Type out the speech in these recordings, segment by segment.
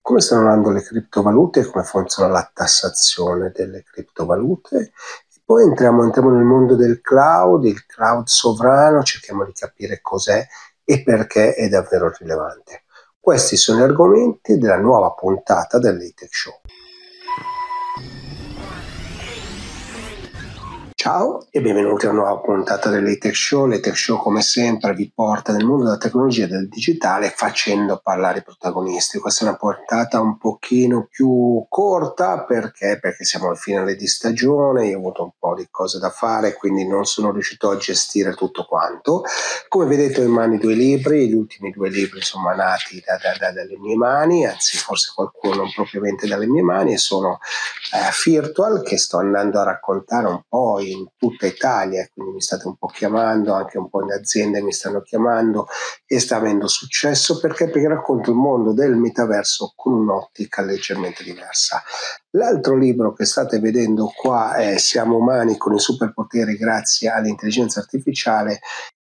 come stanno andando le criptovalute e come funziona la tassazione delle criptovalute. E poi entriamo nel mondo del cloud, il cloud sovrano, cerchiamo di capire cos'è e perché è davvero rilevante. Questi sono gli argomenti della nuova puntata dell'Atech Show. Ciao e benvenuti a una nuova puntata dell'Atech Show. L'Atech Show, come sempre, vi porta nel mondo della tecnologia e del digitale facendo parlare i protagonisti. Questa è una puntata un pochino più corta perché siamo al finale di stagione, io ho avuto un po' di cose da fare, quindi non sono riuscito a gestire tutto quanto. Come vedete ho in mano 2 libri, gli ultimi 2 libri sono nati dalle mie mani, anzi forse qualcuno non propriamente dalle mie mani, e sono Virtual, che sto andando a raccontare un po' in tutta Italia, quindi mi state un po' chiamando, anche un po' in aziende mi stanno chiamando e sta avendo successo perché racconto il mondo del metaverso con un'ottica leggermente diversa. L'altro libro che state vedendo qua è Siamo umani con i superpoteri grazie all'intelligenza artificiale.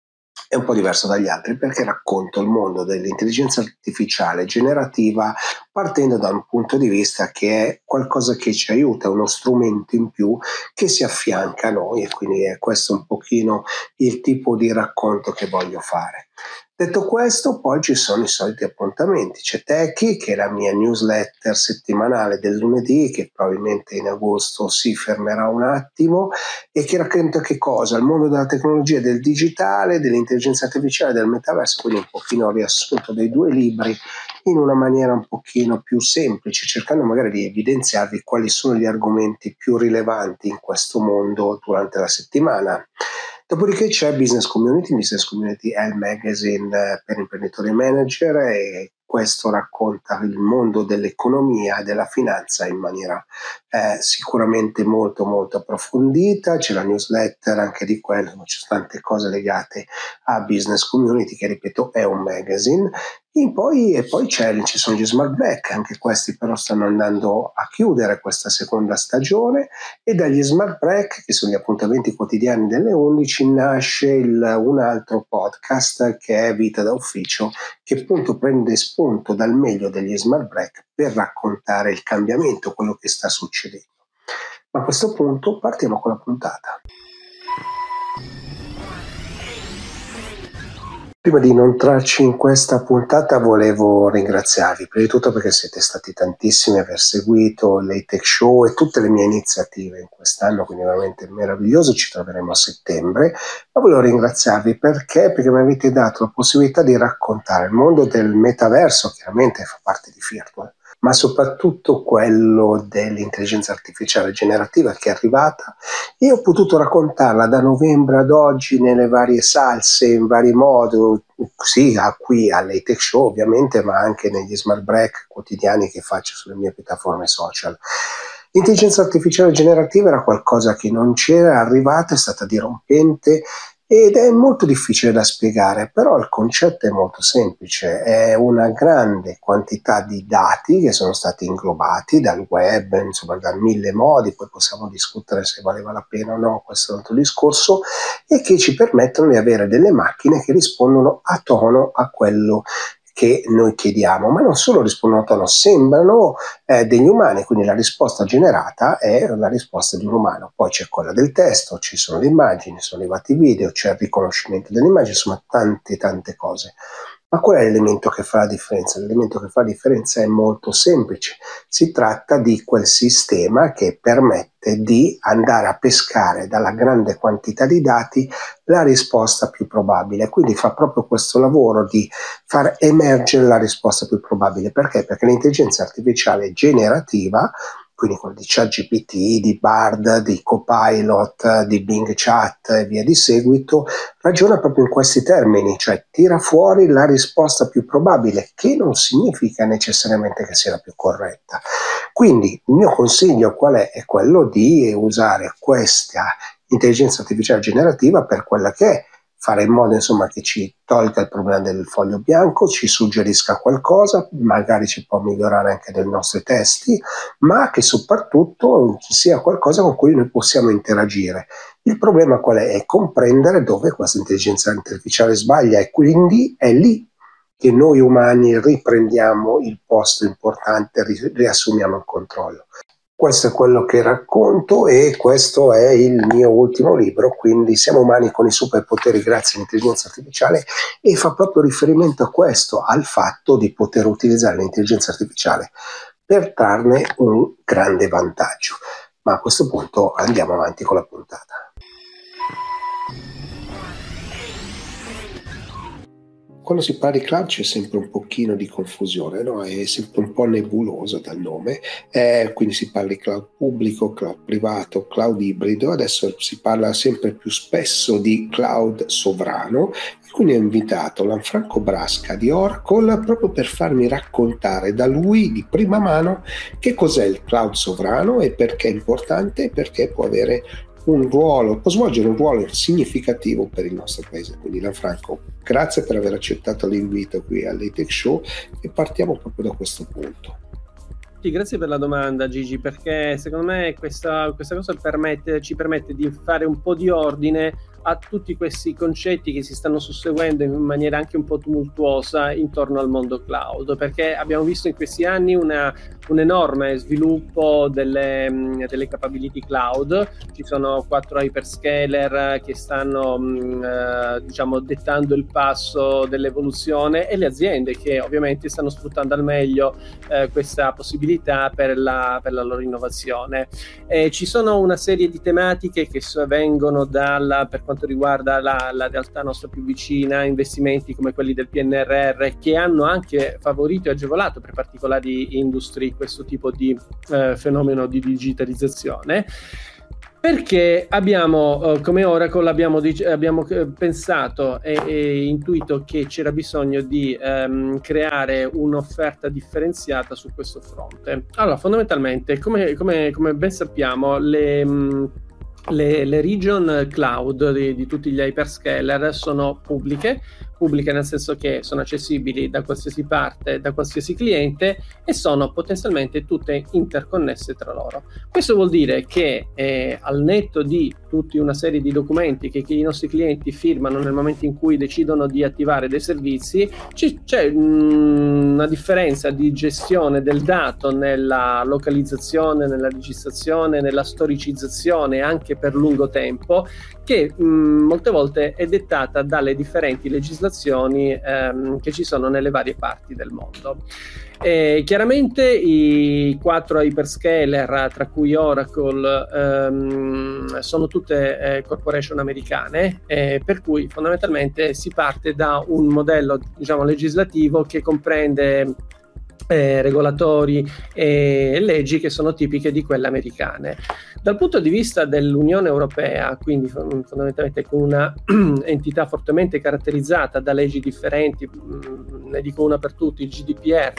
È un po' diverso dagli altri perché racconto il mondo dell'intelligenza artificiale generativa partendo da un punto di vista che è qualcosa che ci aiuta, uno strumento in più che si affianca a noi, e quindi è questo un pochino il tipo di racconto che voglio fare. Detto questo, poi ci sono i soliti appuntamenti. C'è Techie, che è la mia newsletter settimanale del lunedì, che probabilmente in agosto si fermerà un attimo, e che racconta che cosa? Il mondo della tecnologia, del digitale, dell'intelligenza artificiale, del metaverso, quindi un pochino riassunto dei 2 libri in una maniera un pochino più semplice, cercando magari di evidenziarvi quali sono gli argomenti più rilevanti in questo mondo durante la settimana. Dopodiché c'è Business Community. Business Community è il magazine per imprenditori e manager, e questo racconta il mondo dell'economia e della finanza in maniera sicuramente molto molto approfondita. C'è la newsletter anche di quello, ma ci sono tante cose legate a Business Community, che ripeto è un magazine. E poi ci sono gli Smart Break, anche questi però stanno andando a chiudere questa seconda stagione, e dagli Smart Break, che sono gli appuntamenti quotidiani delle 11, nasce un altro podcast che è Vita da Ufficio, che appunto prende spunto dal meglio degli Smart Break per raccontare il cambiamento, quello che sta succedendo. Ma a questo punto partiamo con la puntata. Prima di non trarci in questa puntata volevo ringraziarvi, prima di tutto perché siete stati tantissimi a aver seguito l'Atech Show e tutte le mie iniziative in quest'anno, quindi veramente meraviglioso. Ci troveremo a settembre, ma volevo ringraziarvi perché mi avete dato la possibilità di raccontare il mondo del metaverso, chiaramente fa parte di Virtual, ma soprattutto quello dell'intelligenza artificiale generativa che è arrivata. Io ho potuto raccontarla da novembre ad oggi nelle varie salse, in vari modi, sì, qui all'Atech Show ovviamente, ma anche negli Smart Break quotidiani che faccio sulle mie piattaforme social. L'intelligenza artificiale generativa era qualcosa che non c'era, è arrivata, è stata dirompente ed è molto difficile da spiegare, però il concetto è molto semplice: è una grande quantità di dati che sono stati inglobati dal web, insomma da 1000 modi, poi possiamo discutere se valeva la pena o no, questo è un altro discorso, e che ci permettono di avere delle macchine che rispondono a tono a quello che noi chiediamo, ma non solo rispondono a tono, sembrano degli umani, quindi la risposta generata è la risposta di un umano. Poi c'è quella del testo, ci sono le immagini, sono arrivati i video, c'è il riconoscimento delle immagini, insomma tante cose. Ma qual è l'elemento che fa la differenza? L'elemento che fa la differenza è molto semplice: si tratta di quel sistema che permette di andare a pescare dalla grande quantità di dati la risposta più probabile, quindi fa proprio questo lavoro di far emergere la risposta più probabile. Perché? Perché l'intelligenza artificiale generativa, quindi quello di ChatGPT, di Bard, di Copilot, di Bing Chat e via di seguito, ragiona proprio in questi termini, cioè tira fuori la risposta più probabile, che non significa necessariamente che sia la più corretta. Quindi il mio consiglio qual è? È quello di usare questa intelligenza artificiale generativa per quella che è, fare in modo insomma che ci tolga il problema del foglio bianco, ci suggerisca qualcosa, magari ci può migliorare anche dei nostri testi, ma che soprattutto sia qualcosa con cui noi possiamo interagire. Il problema qual è? È comprendere dove questa intelligenza artificiale sbaglia, e quindi è lì che noi umani riprendiamo il posto importante, riassumiamo il controllo. Questo è quello che racconto e questo è il mio ultimo libro, quindi Siamo umani con i superpoteri grazie all'intelligenza artificiale, e fa proprio riferimento a questo, al fatto di poter utilizzare l'intelligenza artificiale per trarne un grande vantaggio. Ma a questo punto andiamo avanti con la puntata. Quando si parla di cloud c'è sempre un pochino di confusione, no? È sempre un po' nebuloso dal nome, quindi si parla di cloud pubblico, cloud privato, cloud ibrido. Adesso si parla sempre più spesso di cloud sovrano, quindi ho invitato Lanfranco Brasca di Oracle proprio per farmi raccontare da lui di prima mano che cos'è il cloud sovrano e perché è importante, perché può avere può svolgere un ruolo significativo per il nostro paese. Quindi Lanfranco, grazie per aver accettato l'invito qui all'E-Tech Show e partiamo proprio da questo punto. Sì, grazie per la domanda Gigi, perché secondo me questa cosa ci permette di fare un po' di ordine a tutti questi concetti che si stanno susseguendo in maniera anche un po' tumultuosa intorno al mondo cloud, perché abbiamo visto in questi anni un enorme sviluppo delle capability cloud. Ci sono 4 hyperscaler che stanno dettando il passo dell'evoluzione, e le aziende che ovviamente stanno sfruttando al meglio questa possibilità per la loro innovazione. Ci sono una serie di tematiche che vengono per quanto riguarda la realtà nostra più vicina, investimenti come quelli del PNRR, che hanno anche favorito e agevolato per particolari industrie questo tipo di fenomeno di digitalizzazione. Perché come Oracle abbiamo pensato e intuito che c'era bisogno di creare un'offerta differenziata su questo fronte. Allora, fondamentalmente, come ben sappiamo, le region cloud di tutti gli hyperscaler sono pubbliche nel senso che sono accessibili da qualsiasi parte, da qualsiasi cliente, e sono potenzialmente tutte interconnesse tra loro. Questo vuol dire che al netto di tutta una serie di documenti che i nostri clienti firmano nel momento in cui decidono di attivare dei servizi, c'è una differenza di gestione del dato nella localizzazione, nella registrazione, nella storicizzazione anche per lungo tempo, che molte volte è dettata dalle differenti legislazioni che ci sono nelle varie parti del mondo. Chiaramente i 4 hyperscaler, tra cui Oracle, sono tutte corporation americane, per cui fondamentalmente si parte da un modello, legislativo che comprende regolatori e leggi che sono tipiche di quelle americane. Dal punto di vista dell'Unione Europea, quindi fondamentalmente con una entità fortemente caratterizzata da leggi differenti, ne dico una per tutti, il GDPR,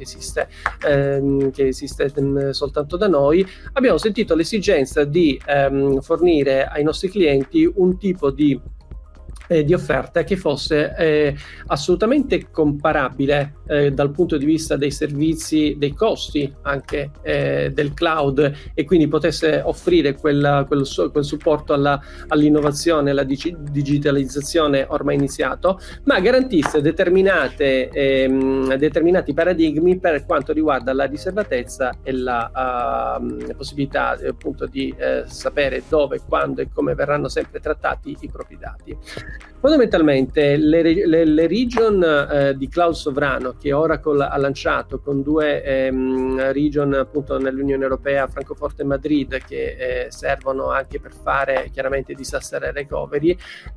che esiste soltanto da noi, abbiamo sentito l'esigenza di fornire ai nostri clienti un tipo di offerta che fosse assolutamente comparabile dal punto di vista dei servizi, dei costi anche del cloud, e quindi potesse offrire quel supporto all'innovazione, alla digitalizzazione ormai iniziato, ma garantisse determinati paradigmi per quanto riguarda la riservatezza e la possibilità appunto di sapere dove, quando e come verranno sempre trattati i propri dati. Fondamentalmente le region di cloud sovrano che Oracle ha lanciato con 2 region appunto nell'Unione Europea, Francoforte e Madrid, che servono anche per fare chiaramente disaster recovery,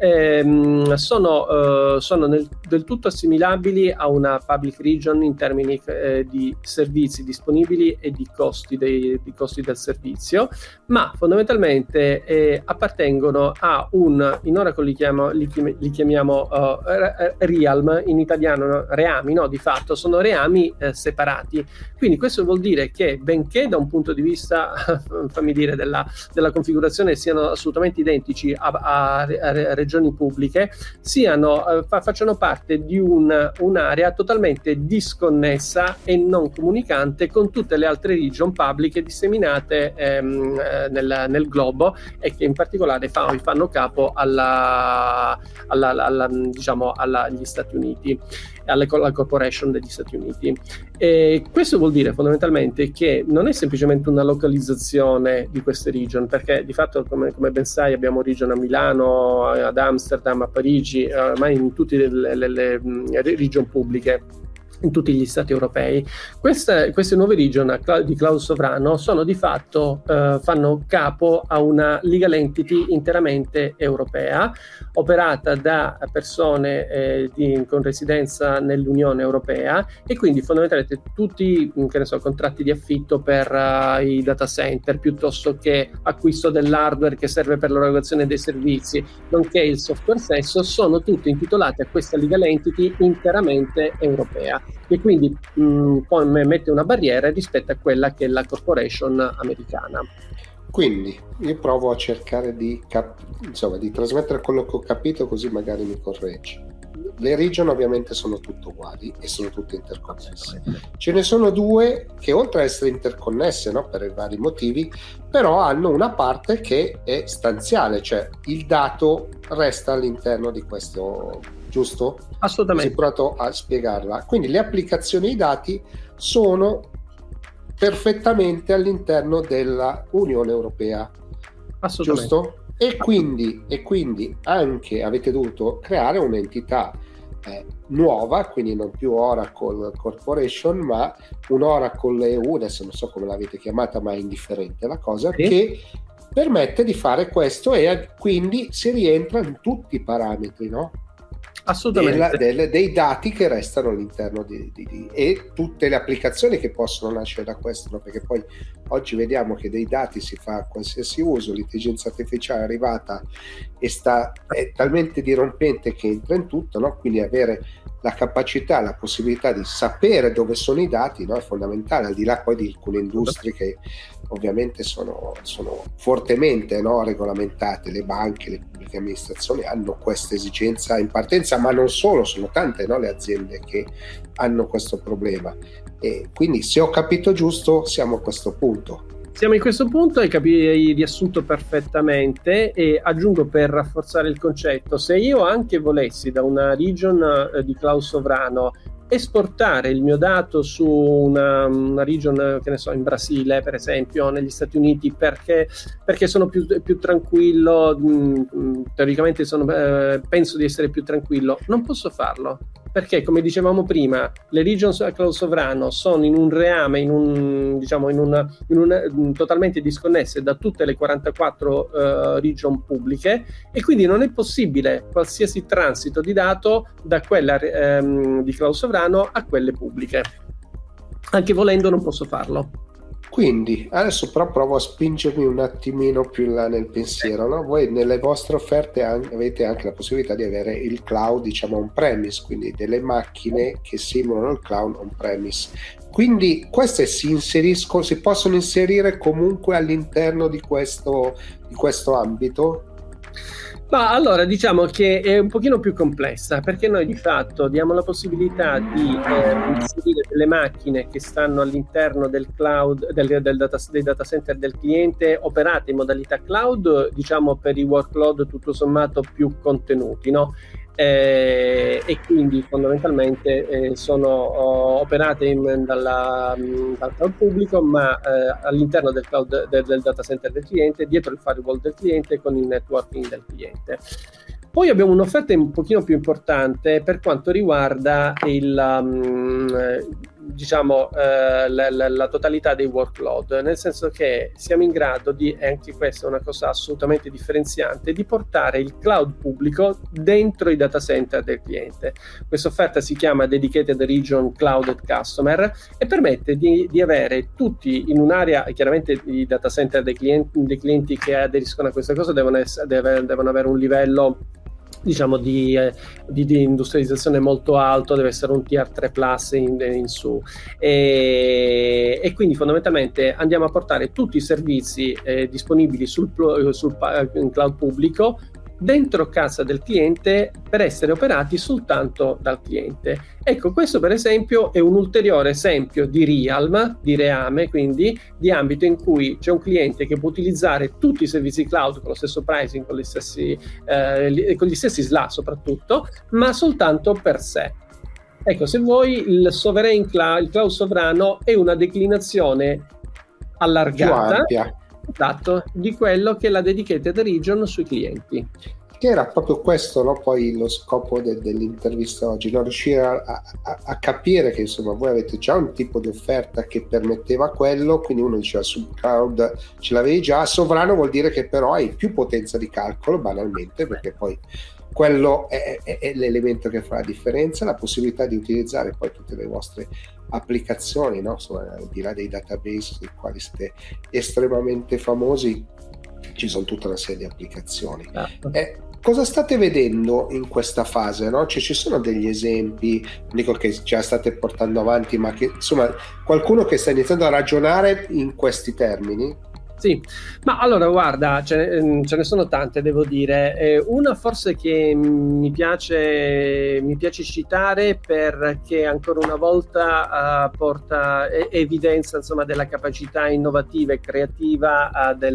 sono del tutto assimilabili a una public region in termini di servizi disponibili e di costi del servizio, ma fondamentalmente appartengono a in Oracle li chiamiamo realm, in italiano reami, no? Di fatto sono reami separati. Quindi questo vuol dire che, benché da un punto di vista fammi dire della configurazione siano assolutamente identici a regioni pubbliche, facciano parte di un'area totalmente disconnessa e non comunicante con tutte le altre region pubbliche disseminate nel globo, e che in particolare fanno capo alla diciamo, agli Stati Uniti, alla corporation degli Stati Uniti. E questo vuol dire fondamentalmente che non è semplicemente una localizzazione di queste region, perché di fatto, come ben sai, abbiamo region a Milano, ad Amsterdam, a Parigi, ormai in tutte le region pubbliche, in tutti gli stati europei. Queste nuove region di cloud sovrano sono di fatto, fanno capo a una legal entity interamente europea, operata da persone con residenza nell'Unione Europea, e quindi fondamentalmente tutti, che ne so, contratti di affitto per i data center, piuttosto che acquisto dell'hardware che serve per l'erogazione dei servizi, nonché il software stesso, sono tutti intitolati a questa legal entity interamente europea, e quindi poi mette una barriera rispetto a quella che è la corporation americana. Quindi io provo a cercare di trasmettere quello che ho capito, così magari mi correggi. Le region ovviamente sono tutte uguali e sono tutte interconnesse. Ce ne sono due che, oltre a essere interconnesse, no, per i vari motivi, però hanno una parte che è stanziale, cioè il dato resta all'interno di questo, giusto? Assolutamente. Ho provato a spiegarla. Quindi le applicazioni ai dati sono perfettamente all'interno della Unione Europea, giusto? E quindi anche avete dovuto creare un'entità nuova, quindi non più Oracle Corporation, ma un Oracle EU, adesso non so come l'avete chiamata, ma è indifferente la cosa, sì, che permette di fare questo, e quindi si rientra in tutti i parametri, no? Assolutamente. Dei dati che restano all'interno e tutte le applicazioni che possono nascere da questo, no? Perché poi oggi vediamo che dei dati si fa qualsiasi uso, l'intelligenza artificiale è arrivata e è talmente dirompente che entra in tutto, no? Quindi avere la capacità, la possibilità di sapere dove sono i dati, no? È fondamentale, al di là poi di alcune industrie che ovviamente sono fortemente, no, regolamentate. Le banche, le pubbliche amministrazioni hanno questa esigenza in partenza, ma non solo, sono tante, no, le aziende che hanno questo problema. E quindi, se ho capito giusto, siamo a questo punto. Siamo in questo punto e hai riassunto perfettamente, e aggiungo per rafforzare il concetto: se io anche volessi da una region di cloud sovrano esportare il mio dato su una region, che ne so, in Brasile per esempio, negli Stati Uniti, perché sono più tranquillo, teoricamente penso di essere più tranquillo, non posso farlo, perché, come dicevamo prima, le regions a cloud sovrano sono in un reame, totalmente disconnesse da tutte le 44 region pubbliche, e quindi non è possibile qualsiasi transito di dato da quella di cloud sovrano a quelle pubbliche. Anche volendo non posso farlo. Quindi adesso però provo a spingermi un attimino più in là nel pensiero, no? Voi nelle vostre offerte avete anche la possibilità di avere il cloud, diciamo, on-premise, quindi delle macchine che simulano il cloud on-premise. Quindi queste si possono inserire comunque all'interno di questo ambito? Ma allora, diciamo che è un pochino più complessa, perché noi di fatto diamo la possibilità di inserire delle macchine che stanno all'interno del cloud, dei data center del cliente, operate in modalità cloud, diciamo, per i workload tutto sommato più contenuti, no? E quindi fondamentalmente sono operate dal cloud pubblico, ma all'interno del cloud del data center del cliente, dietro il firewall del cliente, con il networking del cliente. Poi abbiamo un'offerta un pochino più importante per quanto riguarda la totalità dei workload, nel senso che siamo in grado di, e anche questa è una cosa assolutamente differenziante, di portare il cloud pubblico dentro i data center del cliente. Questa offerta si chiama Dedicated Region Cloud Customer e permette di avere tutti in un'area. Chiaramente i data center dei clienti che aderiscono a questa cosa devono avere un livello, diciamo, di industrializzazione molto alto, deve essere un Tier 3 Plus in su, e quindi fondamentalmente andiamo a portare tutti i servizi disponibili sul cloud pubblico dentro casa del cliente per essere operati soltanto dal cliente. Ecco, questo per esempio è un ulteriore esempio di realm, di reame, quindi di ambito in cui c'è un cliente che può utilizzare tutti i servizi cloud con lo stesso pricing, con gli stessi SLA soprattutto, ma soltanto per sé. Ecco, se vuoi, il cloud sovrano è una declinazione allargata, esatto, di quello che è la dedicated region sui clienti. Che era proprio questo, no? Poi lo scopo dell'intervista oggi, no? Riuscire a capire che insomma voi avete già un tipo di offerta che permetteva quello, quindi uno diceva sul cloud ce l'avevi già, sovrano vuol dire che però hai più potenza di calcolo, banalmente, perché poi quello è l'elemento che fa la differenza, la possibilità di utilizzare poi tutte le vostre applicazioni, no? Insomma, al di là dei database sui quali siete estremamente famosi, ci sono tutta una serie di applicazioni. Cosa state vedendo in questa fase, no? Cioè, ci sono degli esempi, dico che già state portando avanti, ma che insomma qualcuno che sta iniziando a ragionare in questi termini? Sì, ma allora guarda, ce ne sono tante, devo dire. Una forse che mi piace citare, perché ancora una volta porta evidenza, insomma, della capacità innovativa e creativa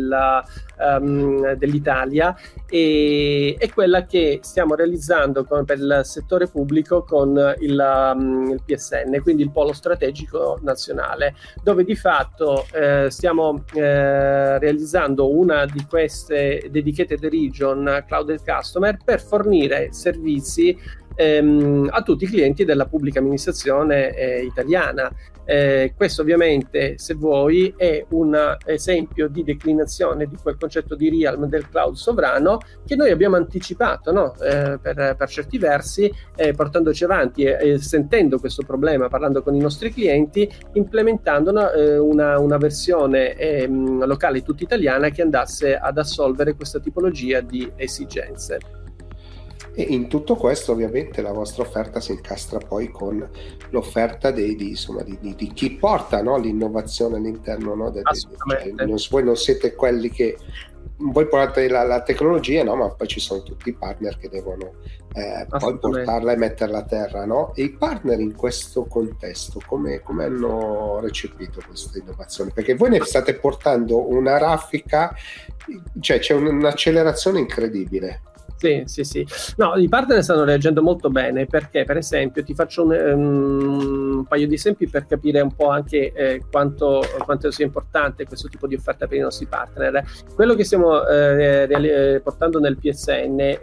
dell'Italia, e è quella che stiamo realizzando per il settore pubblico con il PSN, quindi il Polo Strategico Nazionale, dove di fatto stiamo realizzando una di queste dedicated region cloud customer per fornire servizi a tutti i clienti della pubblica amministrazione italiana. Questo ovviamente, se vuoi, è un esempio di declinazione di quel concetto di realm del cloud sovrano che noi abbiamo anticipato, no? Per certi versi, portandoci avanti e sentendo questo problema, parlando con i nostri clienti, implementando una versione locale tutta italiana che andasse ad assolvere questa tipologia di esigenze. E in tutto questo ovviamente la vostra offerta si incastra poi con l'offerta di chi porta, no? L'innovazione all'interno, no? Voi non siete quelli che voi portate la tecnologia, no? Ma poi ci sono tutti i partner che devono poi portarla e metterla a terra, no? E i partner in questo contesto come hanno recepito questa innovazione? Perché voi ne state portando una raffica, cioè c'è un'accelerazione incredibile. Sì. No, i partner stanno reagendo molto bene, perché per esempio ti faccio un paio di esempi per capire un po' anche quanto sia importante questo tipo di offerta per i nostri partner. Quello che stiamo portando nel PSN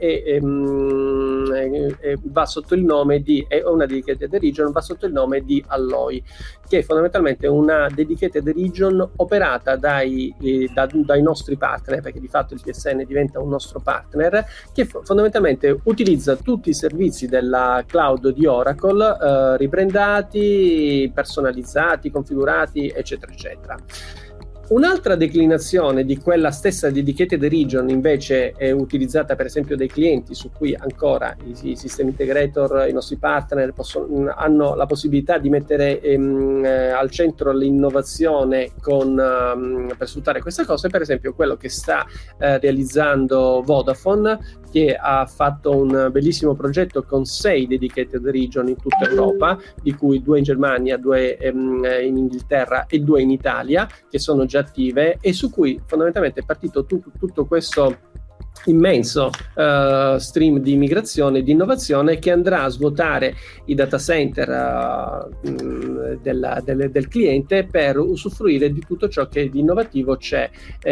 va sotto il nome è una dedicated region, va sotto il nome di Alloy, che è fondamentalmente una dedicated region operata dai nostri partner, perché di fatto il PSN diventa un nostro partner, che fondamentalmente utilizza tutti i servizi della cloud di Oracle, ribrandati, personalizzati, configurati, eccetera eccetera. Un'altra declinazione di quella stessa dedicated region invece è utilizzata per esempio dai clienti, su cui ancora i system integrator, i nostri partner hanno la possibilità di mettere al centro l'innovazione per sfruttare questa cosa. Per esempio quello che sta realizzando Vodafone, che ha fatto un bellissimo progetto con 6 dedicated region in tutta Europa, di cui 2 in Germania, 2 in Inghilterra e 2 in Italia, che sono già attive, e su cui fondamentalmente è partito tutto questo immenso stream di migrazione e di innovazione che andrà a svuotare i data center del cliente per usufruire di tutto ciò che di innovativo c'è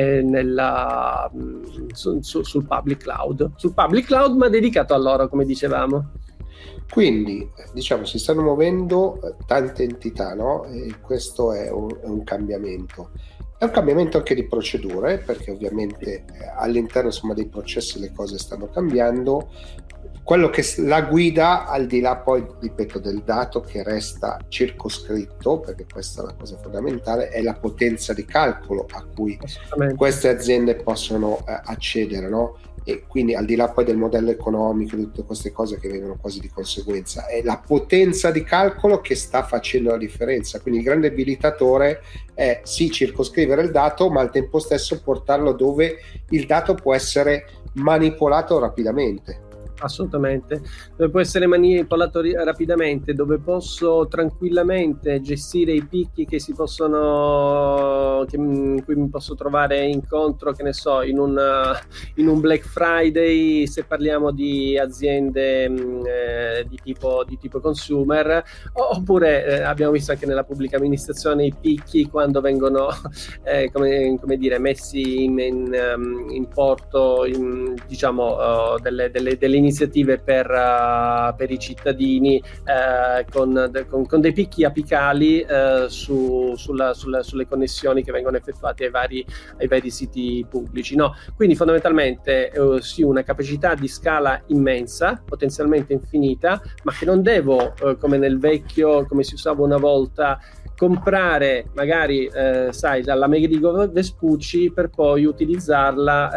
sul public cloud, ma dedicato a loro, come dicevamo. Quindi diciamo si stanno muovendo tante entità, no? E questo è un cambiamento. È un cambiamento anche di procedure, perché ovviamente all'interno, insomma, dei processi le cose stanno cambiando. quello che la guida, al di là poi, ripeto, del dato che resta circoscritto, perché questa è la cosa fondamentale, è la potenza di calcolo a cui queste aziende possono accedere, no? E quindi al di là poi del modello economico, di tutte queste cose che vengono quasi di conseguenza, è la potenza di calcolo che sta facendo la differenza. Quindi il grande abilitatore è sì circoscrivere il dato, ma al tempo stesso portarlo dove il dato può essere manipolato rapidamente. Assolutamente, dove può essere manipolato rapidamente, dove posso tranquillamente gestire i picchi che si possono, in cui mi posso trovare incontro, che ne so, in un Black Friday, se parliamo di aziende di tipo consumer, oppure abbiamo visto anche nella pubblica amministrazione i picchi quando vengono come dire, messi in porto, diciamo, delle iniziative per i cittadini con dei picchi apicali sulle connessioni che vengono effettuate ai vari siti pubblici, no? Quindi fondamentalmente sì, una capacità di scala immensa, potenzialmente infinita, ma che non devo, come nel vecchio, come si usava una volta, comprare magari sai, dalla Mega Vespucci per poi utilizzare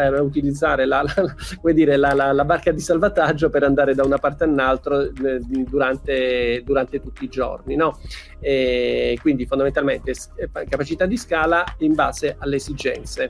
la barca di salvataggio per andare da una parte all'altra durante tutti i giorni, no? E quindi fondamentalmente capacità di scala in base alle esigenze.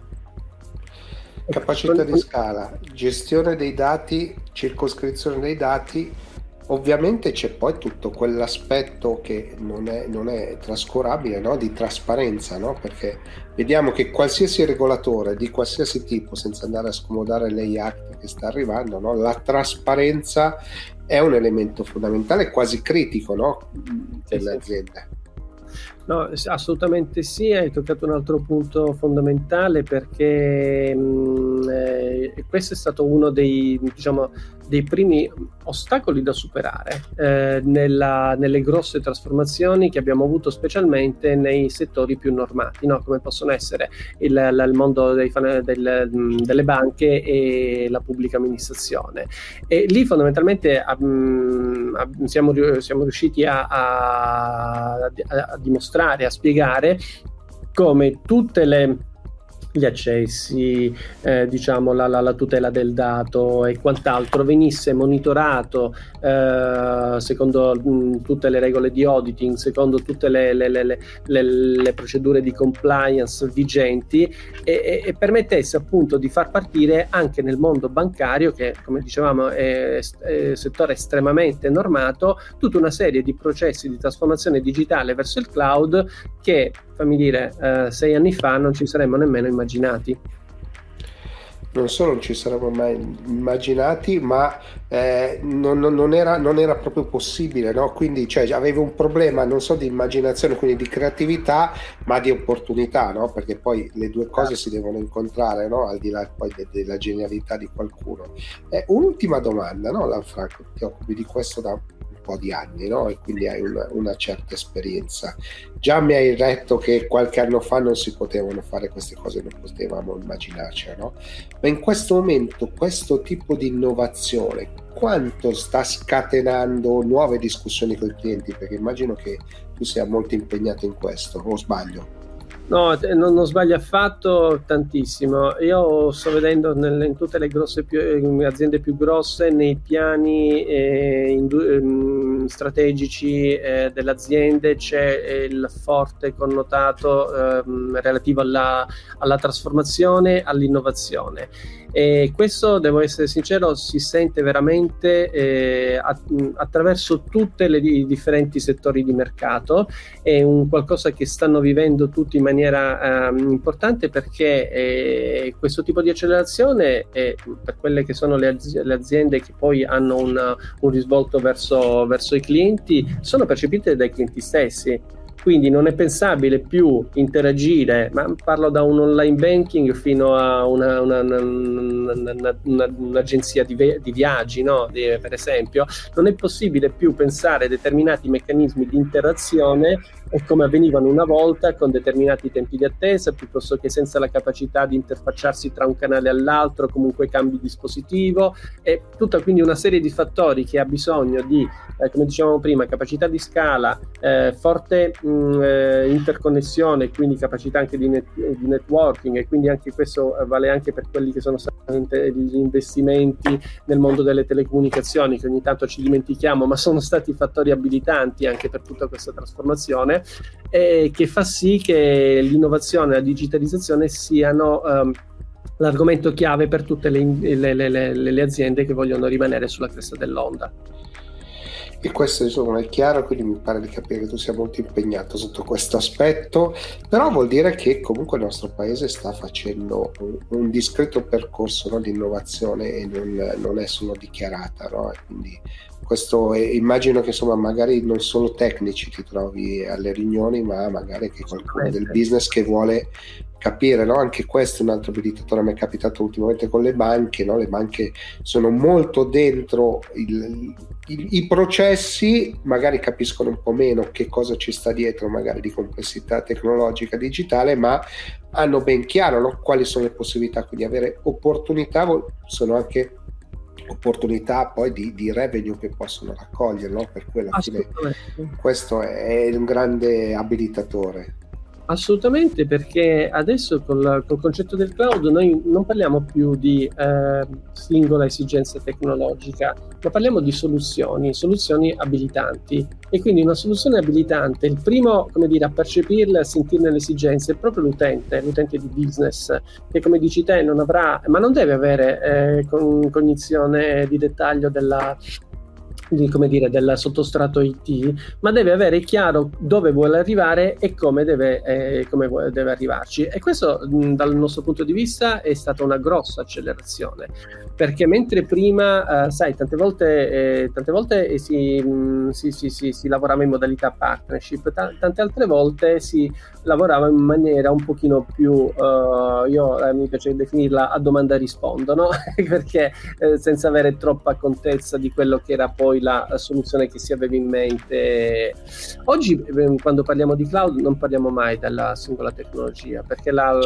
Capacità di scala, gestione dei dati, circoscrizione dei dati. Ovviamente c'è poi tutto quell'aspetto che non è trascurabile, no? Di trasparenza, no? Perché vediamo che qualsiasi regolatore di qualsiasi tipo, senza andare a scomodare l'AI Act che sta arrivando, no? La trasparenza è un elemento fondamentale, quasi critico, no? Per le aziende. No, assolutamente sì, hai toccato un altro punto fondamentale, perché questo è stato uno dei primi ostacoli da superare nelle grosse trasformazioni che abbiamo avuto, specialmente nei settori più normati, no? Come possono essere il mondo delle banche e la pubblica amministrazione. E lì fondamentalmente siamo riusciti a dimostrare, a spiegare come tutte gli accessi, diciamo la tutela del dato e quant'altro venisse monitorato secondo tutte le regole di auditing, secondo tutte le procedure di compliance vigenti, e permettesse appunto di far partire anche nel mondo bancario, che come dicevamo è settore estremamente normato, tutta una serie di processi di trasformazione digitale verso il cloud che, fammi dire, 6 anni fa non ci saremmo nemmeno immaginati. Non solo non ci saremmo mai immaginati, ma non era proprio possibile, no? Quindi avevo un problema, non so, di immaginazione, quindi di creatività, ma di opportunità, no? Perché poi le due cose si devono incontrare, no? Al di là poi della genialità di qualcuno. Un'ultima domanda, no, Lanfranco? Ti occupi di questo da po' di anni, no? E quindi hai una certa esperienza. Già mi hai detto che qualche anno fa non si potevano fare queste cose, non potevamo immaginarcela, no? Ma in questo momento questo tipo di innovazione quanto sta scatenando nuove discussioni con i clienti? Perché immagino che tu sia molto impegnato in questo, o sbaglio? No, non sbaglio affatto, tantissimo. Io sto vedendo in tutte le aziende più grosse, nei piani strategici delle aziende c'è il forte connotato relativo alla trasformazione, all'innovazione. E questo, devo essere sincero, si sente veramente attraverso tutte le differenti settori di mercato. È un qualcosa che stanno vivendo tutti in maniera importante, perché questo tipo di accelerazione per quelle che sono le aziende che poi hanno un risvolto verso i clienti, sono percepite dai clienti stessi. quindi non è pensabile più interagire, ma parlo da un online banking fino a un'agenzia di viaggi, no? Per esempio, non è possibile più pensare determinati meccanismi di interazione come avvenivano una volta, con determinati tempi di attesa, piuttosto che senza la capacità di interfacciarsi tra un canale all'altro, comunque cambi dispositivo, e tutta quindi una serie di fattori che ha bisogno di, come dicevamo prima, capacità di scala, forte interconnessione, quindi capacità anche di networking, e quindi anche questo vale anche per quelli che sono stati gli investimenti nel mondo delle telecomunicazioni, che ogni tanto ci dimentichiamo, ma sono stati fattori abilitanti anche per tutta questa trasformazione, e che fa sì che l'innovazione e la digitalizzazione siano l'argomento chiave per tutte le aziende che vogliono rimanere sulla cresta dell'onda. E questo insomma è chiaro, quindi mi pare di capire che tu sia molto impegnato sotto questo aspetto, però vuol dire che comunque il nostro paese sta facendo un discreto percorso, no, di innovazione, e non è solo dichiarata, no? E quindi questo immagino che insomma magari non solo tecnici ti trovi alle riunioni, ma magari che qualcuno del business che vuole capire, no? Anche questo è un altro abilitatore. Mi è capitato ultimamente con le banche, no? Le banche sono molto dentro i processi, magari capiscono un po' meno che cosa ci sta dietro magari di complessità tecnologica digitale, ma hanno ben chiaro, no? Quali sono le possibilità, quindi avere opportunità sono anche opportunità poi di revenue che possono raccogliere, no? Per cui alla fine questo è un grande abilitatore. Assolutamente, perché adesso col concetto del cloud noi non parliamo più di singola esigenza tecnologica, ma parliamo di soluzioni abilitanti. E quindi una soluzione abilitante, il primo, come dire, a percepirla, a sentirne le esigenze, è proprio l'utente di business, che come dici te non avrà, ma non deve avere cognizione di dettaglio del sottostrato IT, ma deve avere chiaro dove vuole arrivare e come deve arrivarci. E questo dal nostro punto di vista è stata una grossa accelerazione, perché mentre prima sai, tante volte si lavorava in modalità partnership, tante altre volte si lavorava in maniera un pochino più mi piace definirla a domanda e rispondo, no? Perché senza avere troppa contezza di quello che era poi la soluzione che si aveva in mente. Oggi quando parliamo di cloud non parliamo mai della singola tecnologia, perché la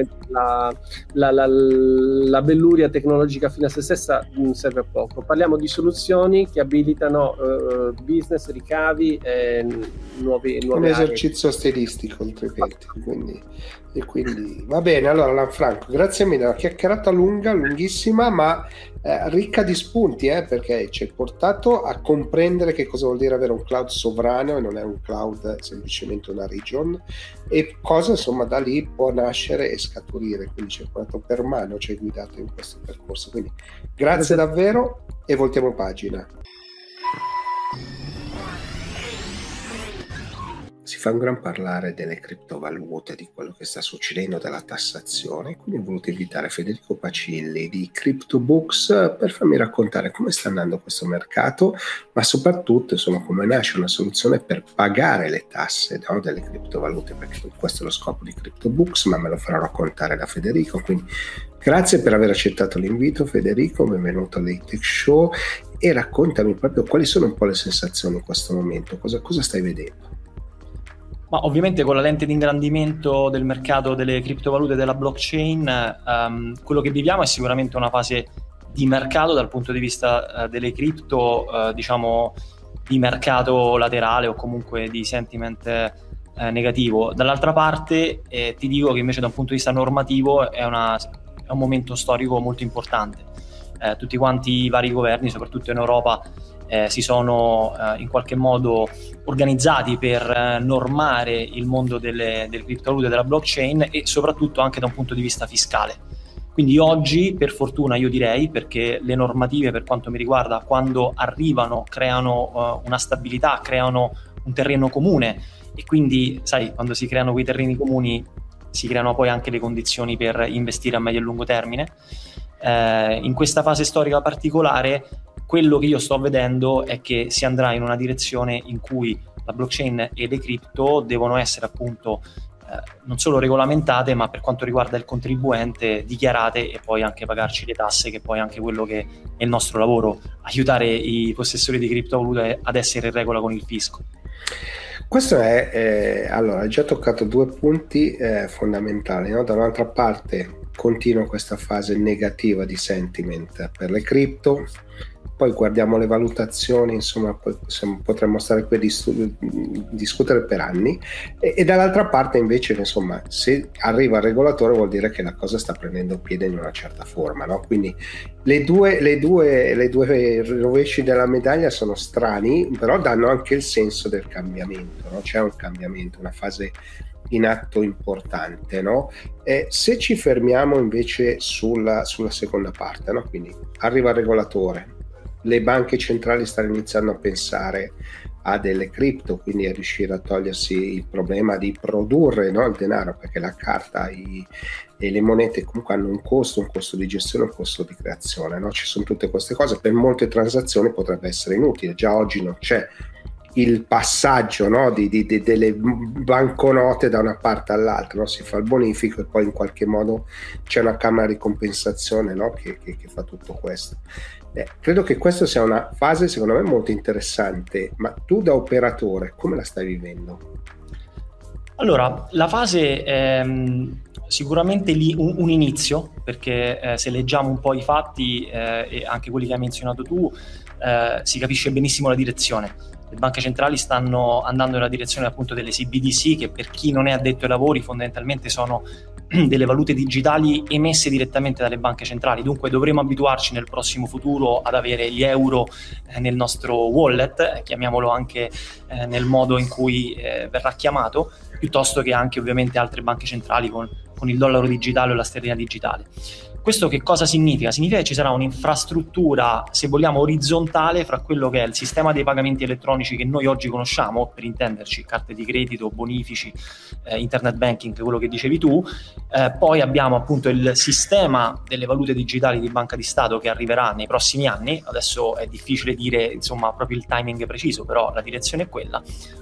belluria tecnologica fino a se stessa serve a poco. Parliamo di soluzioni che abilitano business, ricavi e nuovi un esercizio stilistico, quindi va bene. Allora Lanfranco, grazie mille, una chiacchierata lunghissima, ma ricca di spunti, perché ci hai portato a comprendere che cosa vuol dire avere un cloud sovrano e non è un cloud semplicemente una region, e cosa insomma da lì può nascere e scaturire. Quindi ci hai portato per mano, ci hai guidato in questo percorso, quindi grazie davvero, e voltiamo pagina. Si fa un gran parlare delle criptovalute, di quello che sta succedendo, della tassazione, quindi ho voluto invitare Federico Pacilli di CryptoBooks per farmi raccontare come sta andando questo mercato, ma soprattutto insomma come nasce una soluzione per pagare le tasse, no, delle criptovalute, perché questo è lo scopo di CryptoBooks, ma me lo farò raccontare da Federico. Quindi grazie per aver accettato l'invito, Federico, benvenuto all'Hightech Show, e raccontami proprio quali sono un po' le sensazioni in questo momento, cosa stai vedendo? Ma ovviamente con la lente di ingrandimento del mercato delle criptovalute e della blockchain, quello che viviamo è sicuramente una fase di mercato dal punto di vista delle cripto, diciamo di mercato laterale o comunque di sentiment negativo. Dall'altra parte ti dico che invece da un punto di vista normativo è un momento storico molto importante. Tutti quanti i vari governi, soprattutto in Europa, si sono in qualche modo organizzati per normare il mondo delle criptovalute e della blockchain, e soprattutto anche da un punto di vista fiscale. Quindi oggi, per fortuna io direi, perché le normative per quanto mi riguarda quando arrivano creano una stabilità, creano un terreno comune, e quindi sai, quando si creano quei terreni comuni si creano poi anche le condizioni per investire a medio e lungo termine. In questa fase storica particolare quello che io sto vedendo è che si andrà in una direzione in cui la blockchain e le cripto devono essere appunto non solo regolamentate, ma per quanto riguarda il contribuente dichiarate, e poi anche pagarci le tasse, che poi è anche quello che è il nostro lavoro, aiutare i possessori di criptovalute ad essere in regola con il fisco. Questo allora, hai già toccato due punti fondamentali, no? Da un'altra parte continua questa fase negativa di sentiment per le cripto, poi guardiamo le valutazioni, insomma potremmo stare qui a discutere per anni, e dall'altra parte invece, insomma, se arriva il regolatore vuol dire che la cosa sta prendendo piede in una certa forma, no? Quindi le due rovesci della medaglia sono strani, però danno anche il senso del cambiamento, no? C'è un cambiamento, una fase in atto importante, no? Se ci fermiamo invece sulla seconda parte, no? Quindi arriva il regolatore, le banche centrali stanno iniziando a pensare a delle cripto, quindi a riuscire a togliersi il problema di produrre, no, il denaro, perché la carta e le monete comunque hanno un costo di gestione, un costo di creazione, no? Ci sono tutte queste cose, per molte transazioni potrebbe essere inutile, già oggi non c'è il passaggio, no, delle banconote da una parte all'altra, no? Si fa il bonifico e poi in qualche modo c'è una camera di compensazione, no? che fa tutto questo. Credo che questa sia una fase secondo me molto interessante, ma tu da operatore come la stai vivendo? Allora, la fase è sicuramente lì un inizio, perché se leggiamo un po' i fatti e anche quelli che hai menzionato tu, si capisce benissimo la direzione. Le banche centrali stanno andando nella direzione appunto delle CBDC, che per chi non è addetto ai lavori fondamentalmente sono delle valute digitali emesse direttamente dalle banche centrali, dunque dovremo abituarci nel prossimo futuro ad avere gli euro nel nostro wallet, chiamiamolo anche nel modo in cui verrà chiamato, piuttosto che anche ovviamente altre banche centrali con il dollaro digitale o la sterlina digitale. Questo che cosa significa? Significa che ci sarà un'infrastruttura, se vogliamo, orizzontale fra quello che è il sistema dei pagamenti elettronici che noi oggi conosciamo, per intenderci carte di credito, bonifici, internet banking, quello che dicevi tu, poi abbiamo appunto il sistema delle valute digitali di Banca di Stato che arriverà nei prossimi anni. Adesso è difficile dire insomma proprio il timing preciso, però la direzione è quella.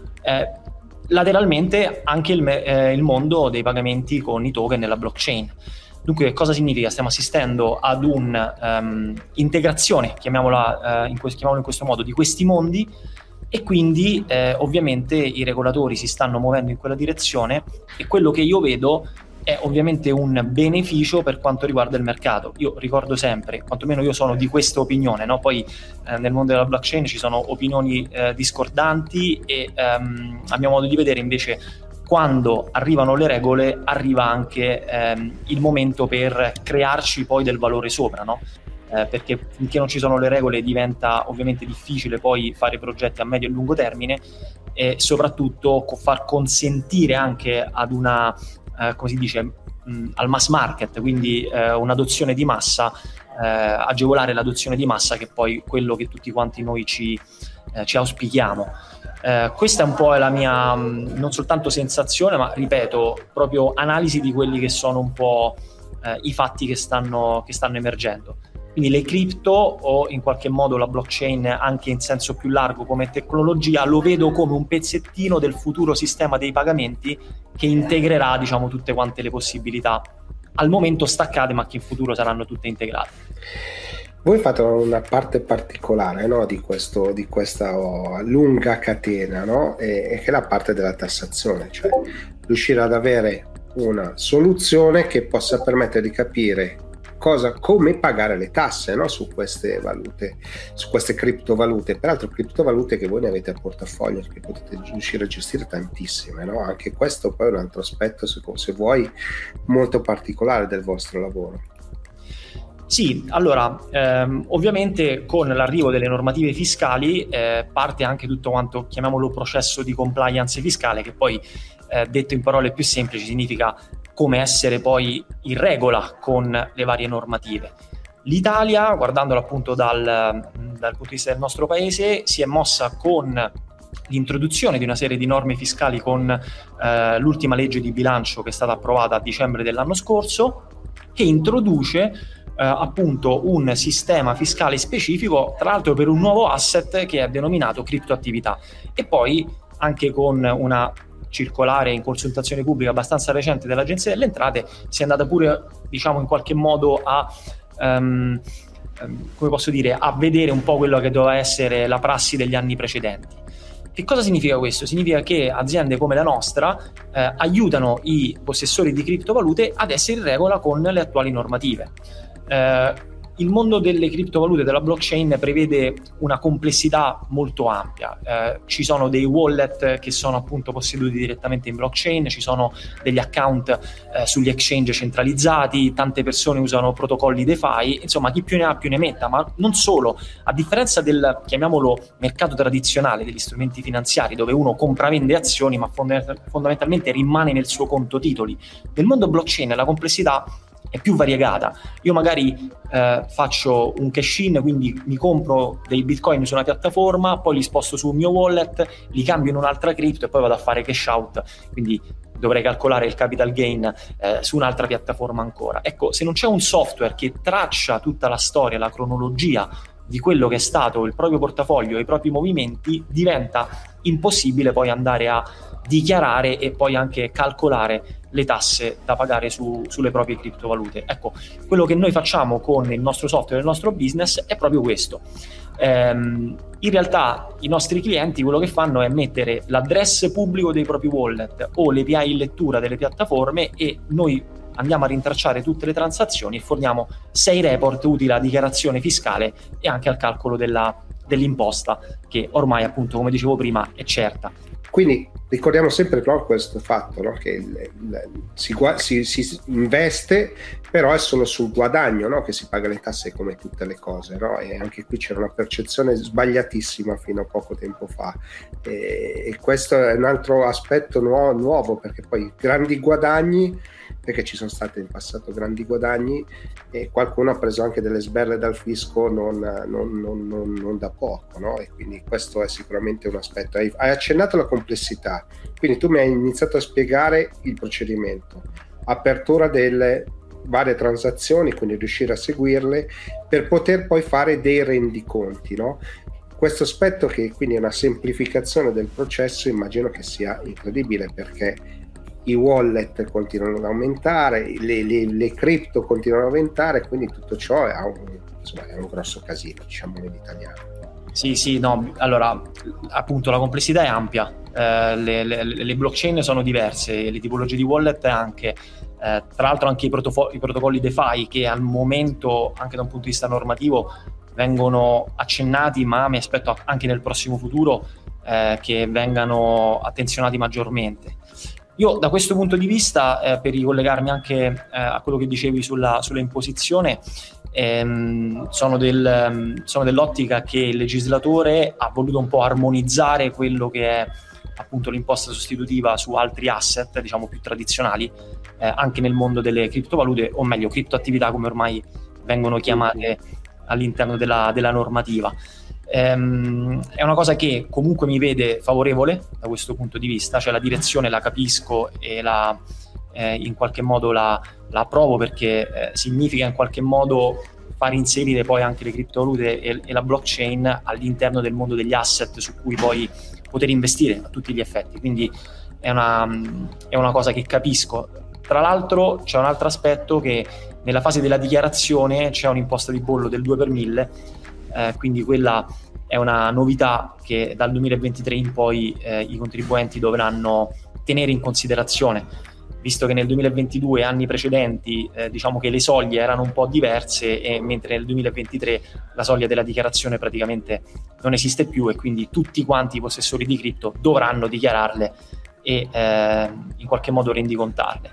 Lateralmente anche il mondo dei pagamenti con i token nella blockchain. Dunque, cosa significa? Stiamo assistendo ad un'integrazione, chiamiamola in questo modo, di questi mondi, e quindi ovviamente i regolatori si stanno muovendo in quella direzione, e quello che io vedo è ovviamente un beneficio per quanto riguarda il mercato. Io ricordo sempre, quantomeno io sono di questa opinione, no? Poi nel mondo della blockchain ci sono opinioni discordanti e a mio modo di vedere invece quando arrivano le regole arriva anche il momento per crearci poi del valore sopra, no? Perché finché non ci sono le regole diventa ovviamente difficile poi fare progetti a medio e lungo termine, e soprattutto far consentire anche ad una come si dice al mass market, quindi un'adozione di massa, agevolare l'adozione di massa, che è poi quello che tutti quanti noi ci auspichiamo. Questa è un po' la mia non soltanto sensazione, ma ripeto, proprio analisi di quelli che sono un po' i fatti che stanno emergendo. Quindi le cripto, o in qualche modo la blockchain anche in senso più largo come tecnologia, lo vedo come un pezzettino del futuro sistema dei pagamenti che integrerà, diciamo, tutte quante le possibilità al momento staccate, ma che in futuro saranno tutte integrate. Voi fate una parte particolare, no, di questa lunga catena, no? E che è la parte della tassazione, cioè riuscire ad avere una soluzione che possa permettere di capire come pagare le tasse, no, su queste valute, su queste criptovalute. Peraltro criptovalute che voi ne avete a portafoglio, che potete riuscire a gestire tantissime, no? Anche questo poi è un altro aspetto, se vuoi, molto particolare del vostro lavoro. Sì, allora ovviamente con l'arrivo delle normative fiscali parte anche tutto quanto, chiamiamolo, processo di compliance fiscale, che poi detto in parole più semplici significa come essere poi in regola con le varie normative. L'Italia, guardandolo appunto dal punto di vista del nostro paese, si è mossa con l'introduzione di una serie di norme fiscali con l'ultima legge di bilancio che è stata approvata a dicembre dell'anno scorso, che introduce appunto un sistema fiscale specifico, tra l'altro per un nuovo asset che è denominato criptoattività, e poi anche con una circolare in consultazione pubblica abbastanza recente dell'Agenzia delle Entrate, si è andata pure, diciamo, in qualche modo a come posso dire, a vedere un po' quello che doveva essere la prassi degli anni precedenti. Che cosa significa questo? Significa che aziende come la nostra aiutano i possessori di criptovalute ad essere in regola con le attuali normative. Il mondo delle criptovalute, della blockchain, prevede una complessità molto ampia. Ci sono dei wallet che sono appunto posseduti direttamente in blockchain, ci sono degli account sugli exchange centralizzati, tante persone usano protocolli DeFi, insomma chi più ne ha più ne metta, ma non solo. A differenza del, chiamiamolo, mercato tradizionale degli strumenti finanziari, dove uno compra, vende azioni, ma fondamentalmente rimane nel suo conto titoli, nel mondo blockchain la complessità è più variegata. Io magari faccio un cash-in, quindi mi compro dei bitcoin su una piattaforma, poi li sposto sul mio wallet, li cambio in un'altra cripto e poi vado a fare cash out, quindi dovrei calcolare il capital gain su un'altra piattaforma ancora. Ecco, se non c'è un software che traccia tutta la storia, la cronologia di quello che è stato il proprio portafoglio e i propri movimenti, diventa impossibile poi andare a dichiarare e poi anche calcolare le tasse da pagare sulle proprie criptovalute. Ecco, quello che noi facciamo con il nostro software e il nostro business è proprio questo. In realtà i nostri clienti quello che fanno è mettere l'address pubblico dei propri wallet o le API in lettura delle piattaforme e noi andiamo a rintracciare tutte le transazioni e forniamo 6 report utili alla dichiarazione fiscale e anche al calcolo dell'imposta, che ormai, appunto, come dicevo prima, è certa. Quindi ricordiamo sempre, no, questo fatto, no, che si investe, però è solo sul guadagno, no, che si paga le tasse, come tutte le cose, no? E anche qui c'era una percezione sbagliatissima fino a poco tempo fa, e questo è un altro aspetto nuovo, perché poi grandi guadagni, perché ci sono stati in passato grandi guadagni e qualcuno ha preso anche delle sberle dal fisco non da poco, no? E quindi questo è sicuramente un aspetto. Hai accennato alla complessità, quindi tu mi hai iniziato a spiegare il procedimento, apertura delle varie transazioni, quindi riuscire a seguirle per poter poi fare dei rendiconti, no? Questo aspetto, che quindi è una semplificazione del processo, immagino che sia incredibile, perché i wallet continuano ad aumentare, le cripto continuano ad aumentare, quindi tutto ciò è un grosso casino, diciamo in italiano. Sì, no, allora, appunto, la complessità è ampia, le blockchain sono diverse, le tipologie di wallet anche, tra l'altro anche i protocolli DeFi, che al momento, anche da un punto di vista normativo, vengono accennati, ma mi aspetto anche nel prossimo futuro che vengano attenzionati maggiormente. Io, da questo punto di vista, per ricollegarmi anche a quello che dicevi sulla imposizione, sono dell'ottica che il legislatore ha voluto un po' armonizzare quello che è appunto l'imposta sostitutiva su altri asset, diciamo più tradizionali, anche nel mondo delle criptovalute, o meglio criptoattività, come ormai vengono chiamate all'interno della normativa. È una cosa che comunque mi vede favorevole da questo punto di vista, cioè la direzione la capisco e in qualche modo la approvo, perché significa in qualche modo far inserire poi anche le criptovalute e la blockchain all'interno del mondo degli asset su cui poi poter investire a tutti gli effetti, quindi è una cosa che capisco. Tra l'altro c'è un altro aspetto, che nella fase della dichiarazione c'è un'imposta di bollo del 2 per 1000, quindi quella è una novità che dal 2023 in poi i contribuenti dovranno tenere in considerazione, visto che nel 2022, anni precedenti, diciamo che le soglie erano un po' diverse, e mentre nel 2023 la soglia della dichiarazione praticamente non esiste più, e quindi tutti quanti i possessori di cripto dovranno dichiararle e in qualche modo rendicontarle.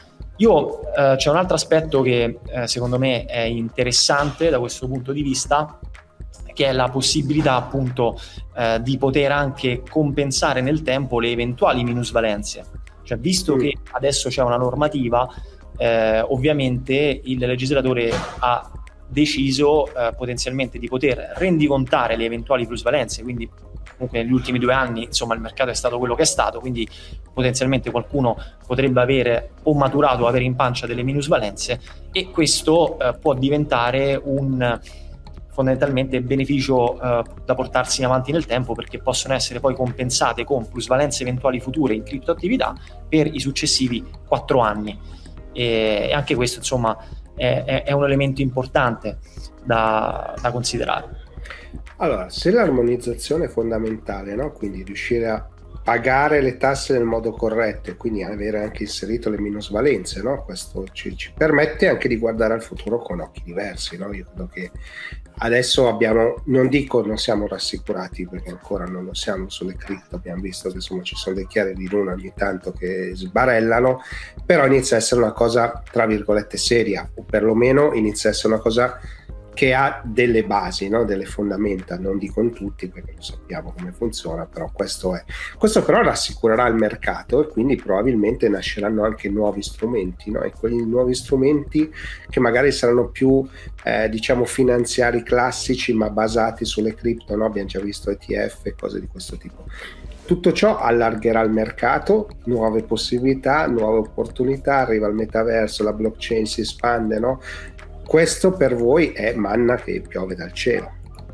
C'è un altro aspetto che secondo me è interessante da questo punto di vista, che è la possibilità appunto di poter anche compensare nel tempo le eventuali minusvalenze. Cioè, visto che adesso c'è una normativa, ovviamente il legislatore ha deciso potenzialmente di poter rendicontare le eventuali plusvalenze, quindi comunque negli ultimi 2 anni, insomma, il mercato è stato quello che è stato, quindi potenzialmente qualcuno potrebbe avere o maturato o avere in pancia delle minusvalenze, e questo può diventare fondamentalmente beneficio da portarsi avanti nel tempo, perché possono essere poi compensate con plusvalenze eventuali future in criptoattività per i successivi 4 anni. E anche questo, insomma, è un elemento importante da considerare. Allora, se l'armonizzazione è fondamentale, no? Quindi riuscire a pagare le tasse nel modo corretto e quindi avere anche inserito le minusvalenze, no? Questo ci permette anche di guardare al futuro con occhi diversi, no? Io credo che adesso non dico non siamo rassicurati, perché ancora non lo siamo sulle cripto, abbiamo visto che insomma ci sono dei chiari di luna ogni tanto che sbarellano, però inizia a essere una cosa tra virgolette seria, o perlomeno inizia a essere una cosa che ha delle basi, no? Delle fondamenta, non dico in tutti perché lo sappiamo come funziona, però questo però rassicurerà il mercato e quindi probabilmente nasceranno anche nuovi strumenti, no? E quei nuovi strumenti che magari saranno più diciamo finanziari classici ma basati sulle cripto, no? Abbiamo già visto ETF e cose di questo tipo. Tutto ciò allargherà il mercato, nuove possibilità, nuove opportunità, arriva il metaverso, la blockchain si espande, no? Questo per voi è manna che piove dal cielo.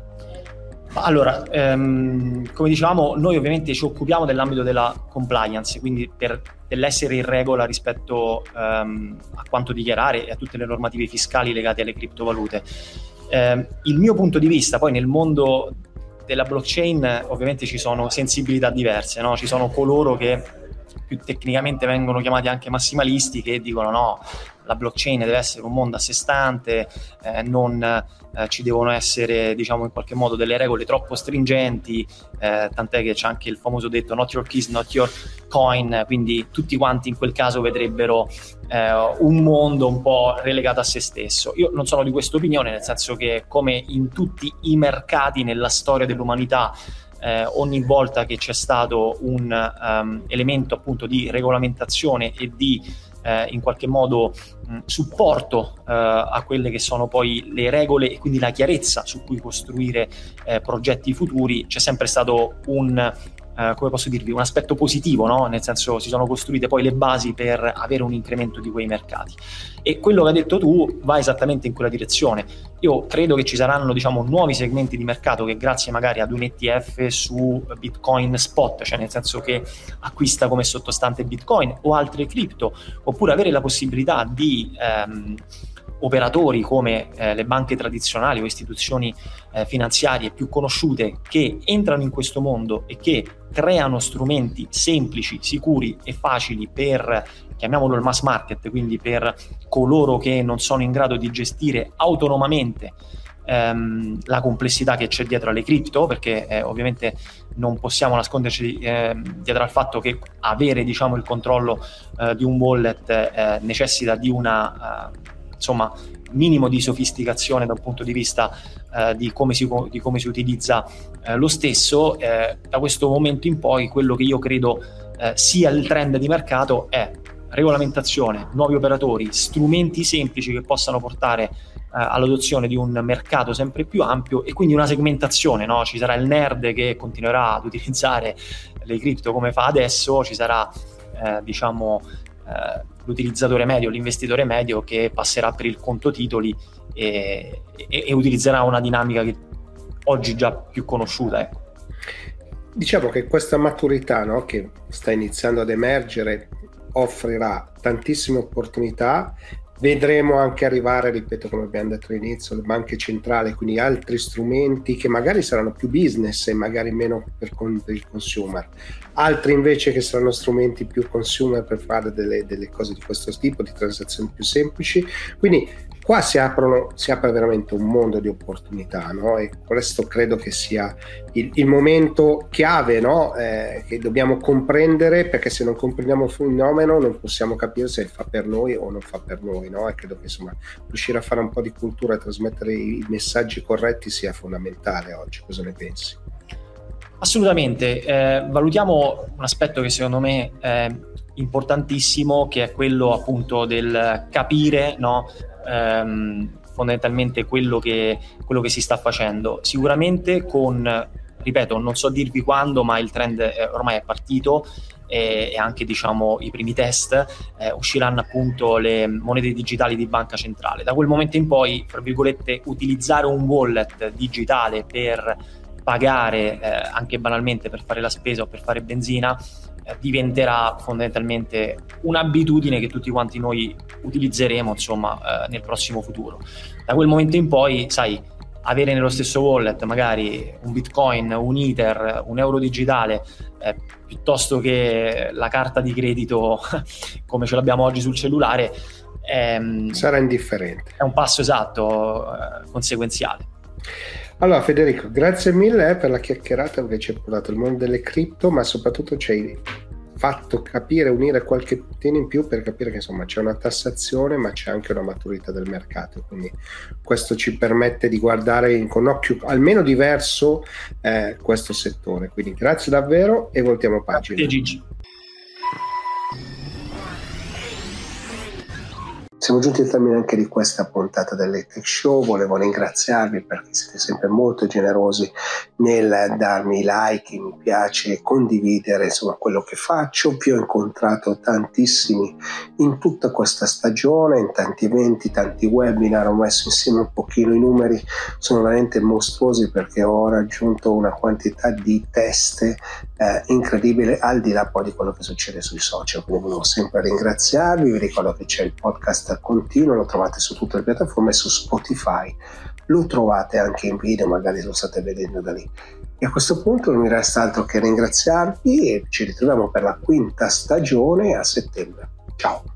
Allora, come dicevamo, noi ovviamente ci occupiamo dell'ambito della compliance, quindi dell'essere in regola rispetto a quanto dichiarare e a tutte le normative fiscali legate alle criptovalute. Il mio punto di vista, poi nel mondo della blockchain ovviamente ci sono sensibilità diverse, no? Ci sono coloro che più tecnicamente vengono chiamati anche massimalisti, che dicono no, la blockchain deve essere un mondo a sé stante, non ci devono essere, diciamo, in qualche modo delle regole troppo stringenti, tant'è che c'è anche il famoso detto not your keys, not your coin, quindi tutti quanti in quel caso vedrebbero un mondo un po' relegato a se stesso. Io non sono di questa opinione, nel senso che come in tutti i mercati nella storia dell'umanità, ogni volta che c'è stato un elemento appunto di regolamentazione e di in qualche modo supporto a quelle che sono poi le regole e quindi la chiarezza su cui costruire progetti futuri, c'è sempre stato come posso dirvi, un aspetto positivo, no? Nel senso, si sono costruite poi le basi per avere un incremento di quei mercati, e quello che hai detto tu va esattamente in quella direzione. Io credo che ci saranno, diciamo, nuovi segmenti di mercato che grazie magari ad un ETF su Bitcoin spot, cioè nel senso che acquista come sottostante Bitcoin o altre cripto, oppure avere la possibilità di operatori come le banche tradizionali o istituzioni finanziarie più conosciute che entrano in questo mondo e che creano strumenti semplici, sicuri e facili per, chiamiamolo il mass market, quindi per coloro che non sono in grado di gestire autonomamente la complessità che c'è dietro alle cripto, perché ovviamente non possiamo nasconderci dietro al fatto che avere, diciamo, il controllo di un wallet necessita di una insomma minimo di sofisticazione da un punto di vista di come si utilizza lo stesso. Da questo momento in poi quello che io credo sia il trend di mercato è regolamentazione, nuovi operatori, strumenti semplici che possano portare all'adozione di un mercato sempre più ampio, e quindi una segmentazione, no? Ci sarà il nerd che continuerà ad utilizzare le cripto come fa adesso, ci sarà l'utilizzatore medio, l'investitore medio che passerà per il conto titoli e utilizzerà una dinamica che oggi già più conosciuta, ecco. Diciamo che questa maturità, no, che sta iniziando ad emergere offrirà tantissime opportunità. Vedremo anche arrivare, ripeto, come abbiamo detto all'inizio, le banche centrali, quindi altri strumenti che magari saranno più business e magari meno per il consumer, altri invece che saranno strumenti più consumer per fare delle cose di questo tipo, di transazioni più semplici. Quindi qua si apre veramente un mondo di opportunità, no? E questo credo che sia il momento chiave, no? Che dobbiamo comprendere, perché se non comprendiamo il fenomeno non possiamo capire se fa per noi o non fa per noi, no? E credo che insomma riuscire a fare un po' di cultura e trasmettere i messaggi corretti sia fondamentale oggi. Cosa ne pensi? Assolutamente, valutiamo un aspetto che secondo me è importantissimo, che è quello appunto del capire, no? Fondamentalmente quello che si sta facendo. Sicuramente ripeto, non so dirvi quando, ma il trend ormai è partito, e anche diciamo i primi test, usciranno appunto le monete digitali di banca centrale. Da quel momento in poi, tra virgolette, utilizzare un wallet digitale per pagare anche banalmente per fare la spesa o per fare benzina diventerà fondamentalmente un'abitudine che tutti quanti noi utilizzeremo, insomma, nel prossimo futuro. Da quel momento in poi, sai, avere nello stesso wallet magari un Bitcoin, un Ether, un euro digitale, piuttosto che la carta di credito come ce l'abbiamo oggi sul cellulare, sarà indifferente. È un passo esatto, conseguenziale. Allora Federico, grazie mille per la chiacchierata, che ci hai portato il mondo delle cripto, ma soprattutto ci hai fatto capire, unire qualche puntino in più per capire che insomma c'è una tassazione ma c'è anche una maturità del mercato, quindi questo ci permette di guardare con occhio almeno diverso questo settore, quindi grazie davvero e voltiamo pagina. Grazie Gigi. Siamo giunti al termine anche di questa puntata dell'Tech Show. Volevo ringraziarvi perché siete sempre molto generosi nel darmi like, mi piace, condividere insomma quello che faccio. Vi ho incontrato tantissimi in tutta questa stagione, in tanti eventi, tanti webinar. Ho messo insieme un pochino i numeri, sono veramente mostruosi perché ho raggiunto una quantità di teste incredibile, al di là poi di quello che succede sui social. Quindi volevo sempre ringraziarvi. Vi ricordo che c'è il podcast continuo, lo trovate su tutte le piattaforme e su Spotify lo trovate anche in video, magari lo state vedendo da lì. E a questo punto non mi resta altro che ringraziarvi e ci ritroviamo per la 5ª stagione a settembre. Ciao.